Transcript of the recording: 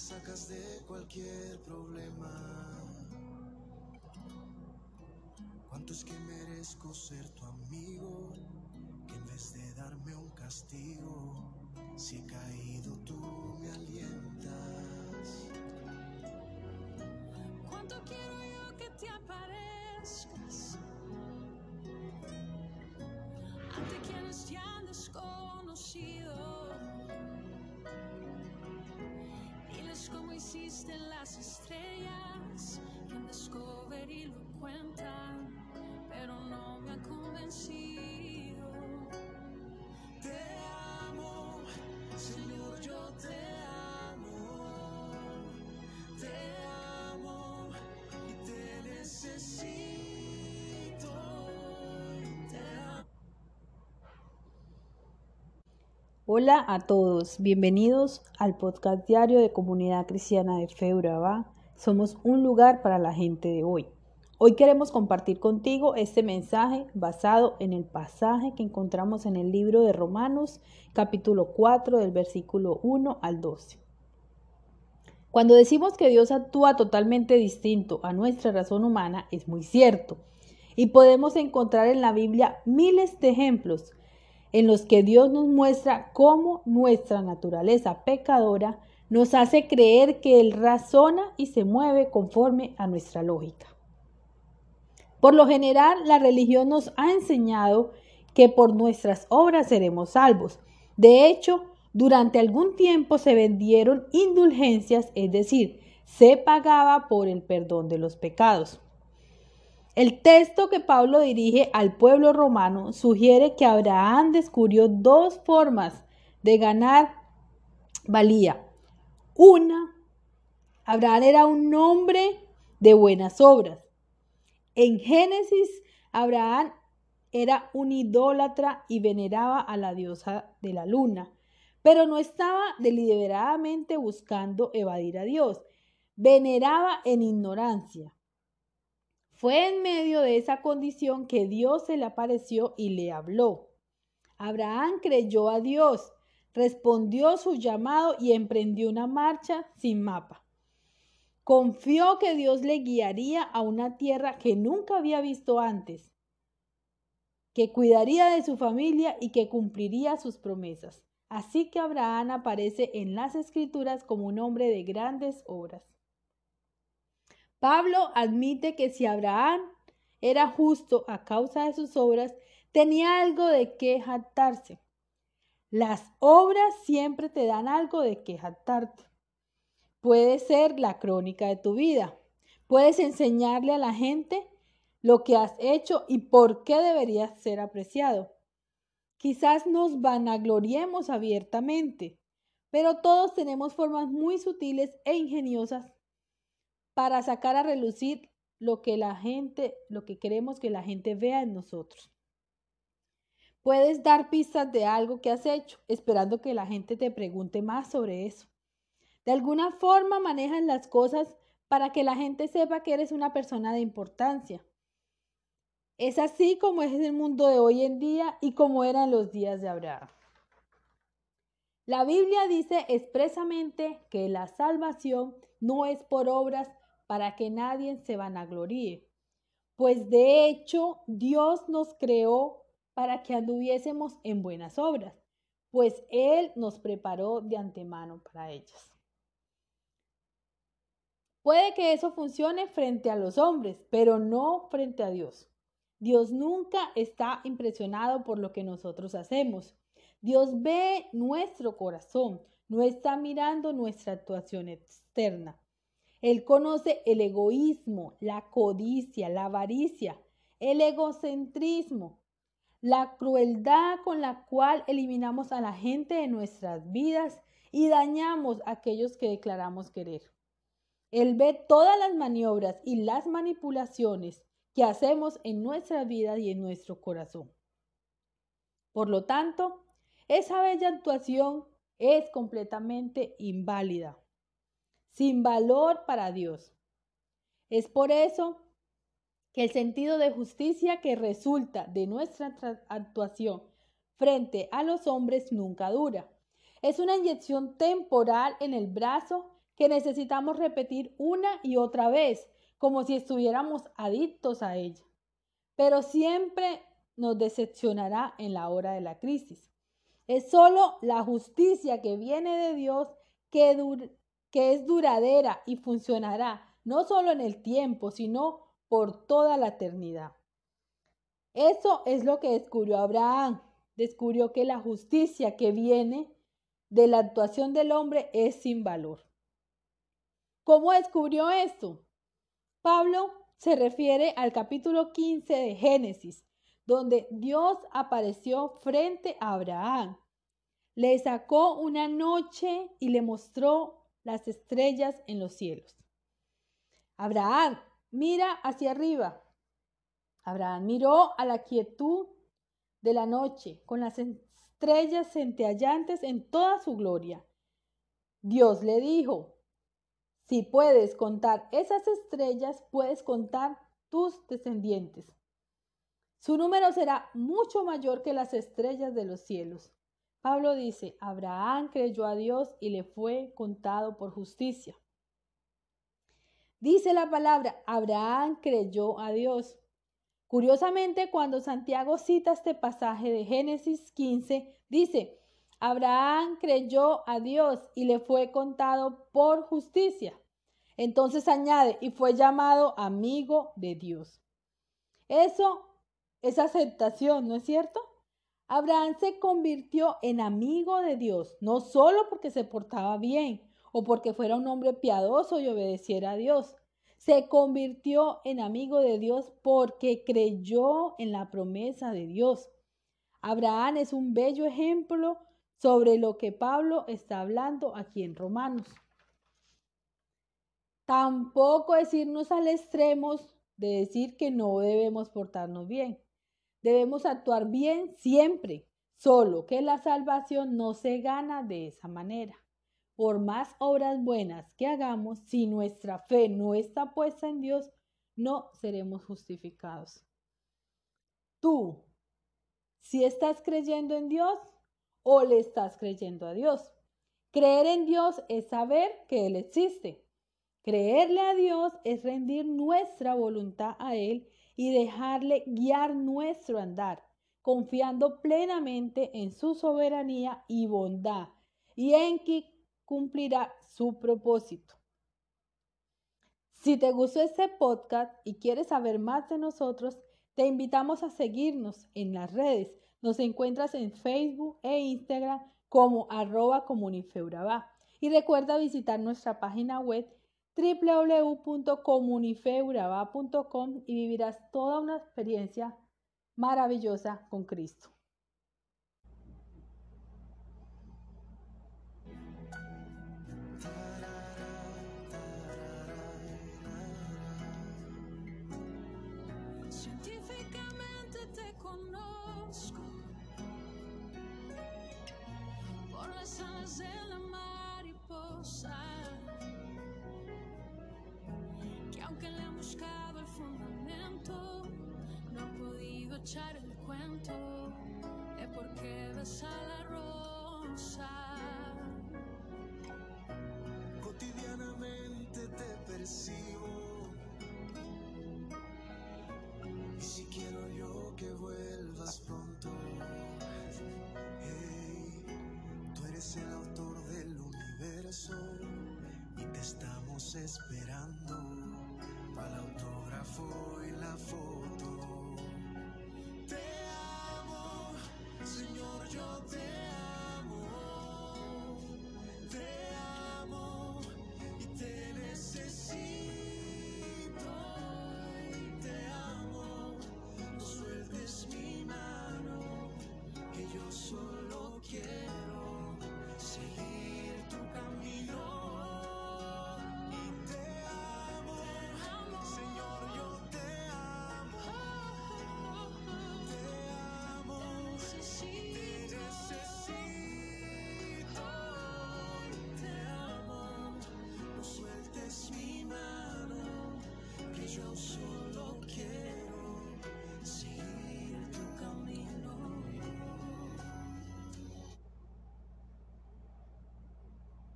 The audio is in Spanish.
sacas de cualquier problema. ¿Cuánto es que merezco ser tu amigo? Que en vez de darme un castigo, si he caído tú me alientas. ¿Cuánto quiero yo que te aparezcas ante quienes te han desconocido? Diles cómo hiciste en las estrellas, que en Discovery lo cuentan, pero no me ha convencido. Te amo, Señor, yo te amo. Te amo y te necesito. Te amo. Hola a todos, bienvenidos al podcast diario de Comunidad Cristiana de Fe Urabá. Somos un lugar para la gente de hoy. Hoy queremos compartir contigo este mensaje basado en el pasaje que encontramos en el libro de Romanos, capítulo 4, del versículo 1 al 12. Cuando decimos que Dios actúa totalmente distinto a nuestra razón humana, es muy cierto. Y podemos encontrar en la Biblia miles de ejemplos en los que Dios nos muestra cómo nuestra naturaleza pecadora nos hace creer que Él razona y se mueve conforme a nuestra lógica. Por lo general, la religión nos ha enseñado que por nuestras obras seremos salvos. De hecho, durante algún tiempo se vendieron indulgencias, es decir, se pagaba por el perdón de los pecados. El texto que Pablo dirige al pueblo romano sugiere que Abraham descubrió dos formas de ganar valía. Una, Abraham era un hombre de buenas obras. En Génesis, Abraham era un idólatra y veneraba a la diosa de la luna, pero no estaba deliberadamente buscando evadir a Dios. Veneraba en ignorancia. Fue en medio de esa condición que Dios se le apareció y le habló. Abraham creyó a Dios, respondió su llamado y emprendió una marcha sin mapa. Confió que Dios le guiaría a una tierra que nunca había visto antes, que cuidaría de su familia y que cumpliría sus promesas. Así que Abraham aparece en las Escrituras como un hombre de grandes obras. Pablo admite que si Abraham era justo a causa de sus obras, tenía algo de qué jactarse. Las obras siempre te dan algo de qué jactarte. Puede ser la crónica de tu vida. Puedes enseñarle a la gente lo que has hecho y por qué deberías ser apreciado. Quizás nos vanagloriemos abiertamente, pero todos tenemos formas muy sutiles e ingeniosas para sacar a relucir lo que queremos que la gente vea en nosotros. Puedes dar pistas de algo que has hecho, esperando que la gente te pregunte más sobre eso. De alguna forma manejas las cosas para que la gente sepa que eres una persona de importancia. Es así como es el mundo de hoy en día y como era en los días de Abraham. La Biblia dice expresamente que la salvación no es por obras para que nadie se vanagloríe, pues de hecho Dios nos creó para que anduviésemos en buenas obras, pues Él nos preparó de antemano para ellas. Puede que eso funcione frente a los hombres, pero no frente a Dios. Dios nunca está impresionado por lo que nosotros hacemos. Dios ve nuestro corazón, no está mirando nuestra actuación externa. Él conoce el egoísmo, la codicia, la avaricia, el egocentrismo, la crueldad con la cual eliminamos a la gente de nuestras vidas y dañamos a aquellos que declaramos querer. Él ve todas las maniobras y las manipulaciones que hacemos en nuestra vida y en nuestro corazón. Por lo tanto, esa bella actuación es completamente inválida, sin valor para Dios. Es por eso que el sentido de justicia que resulta de nuestra actuación frente a los hombres nunca dura. Es una inyección temporal en el brazo que necesitamos repetir una y otra vez, como si estuviéramos adictos a ella. Pero siempre nos decepcionará en la hora de la crisis. Es solo la justicia que viene de Dios que es duradera y funcionará no solo en el tiempo, sino por toda la eternidad. Eso es lo que descubrió Abraham. Descubrió que la justicia que viene de la actuación del hombre es sin valor. ¿Cómo descubrió esto? Pablo se refiere al capítulo 15 de Génesis, donde Dios apareció frente a Abraham. Le sacó una noche y le mostró las estrellas en los cielos. Abraham, mira hacia arriba. Abraham miró a la quietud de la noche, con las estrellas centelleantes en toda su gloria. Dios le dijo, si puedes contar esas estrellas, puedes contar tus descendientes. Su número será mucho mayor que las estrellas de los cielos. Pablo dice, Abraham creyó a Dios y le fue contado por justicia. Dice la palabra, Abraham creyó a Dios. Curiosamente, cuando Santiago cita este pasaje de Génesis 15, dice, Abraham creyó a Dios y le fue contado por justicia. Entonces añade, y fue llamado amigo de Dios. Eso es aceptación, ¿no es cierto? Abraham se convirtió en amigo de Dios, no solo porque se portaba bien o porque fuera un hombre piadoso y obedeciera a Dios. Se convirtió en amigo de Dios porque creyó en la promesa de Dios. Abraham es un bello ejemplo sobre lo que Pablo está hablando aquí en Romanos. Tampoco es irnos al extremo de decir que no debemos portarnos bien. Debemos actuar bien siempre, solo que la salvación no se gana de esa manera. Por más obras buenas que hagamos, si nuestra fe no está puesta en Dios, no seremos justificados. Tú, ¿si estás creyendo en Dios o le estás creyendo a Dios? Creer en Dios es saber que Él existe. Creerle a Dios es rendir nuestra voluntad a Él y dejarle guiar nuestro andar, confiando plenamente en su soberanía y bondad y en que cumplirá su propósito. Si te gustó este podcast y quieres saber más de nosotros, te invitamos a seguirnos en las redes. Nos encuentras en Facebook e Instagram como @comunifeuraba. Y recuerda visitar nuestra página web www.comunifeuraba.com y vivirás toda una experiencia maravillosa con Cristo. Científicamente te conozco por las alas de la mariposa, que aunque le han buscado el fundamento, no han podido echar el cuento de por qué besa la rosa. Cotidianamente te persigo, y si quiero yo que vuelvas pronto. Hey, tú eres el autor del universo y te estamos esperando para el autógrafo y la foto. Te amo, Señor, yo te amo.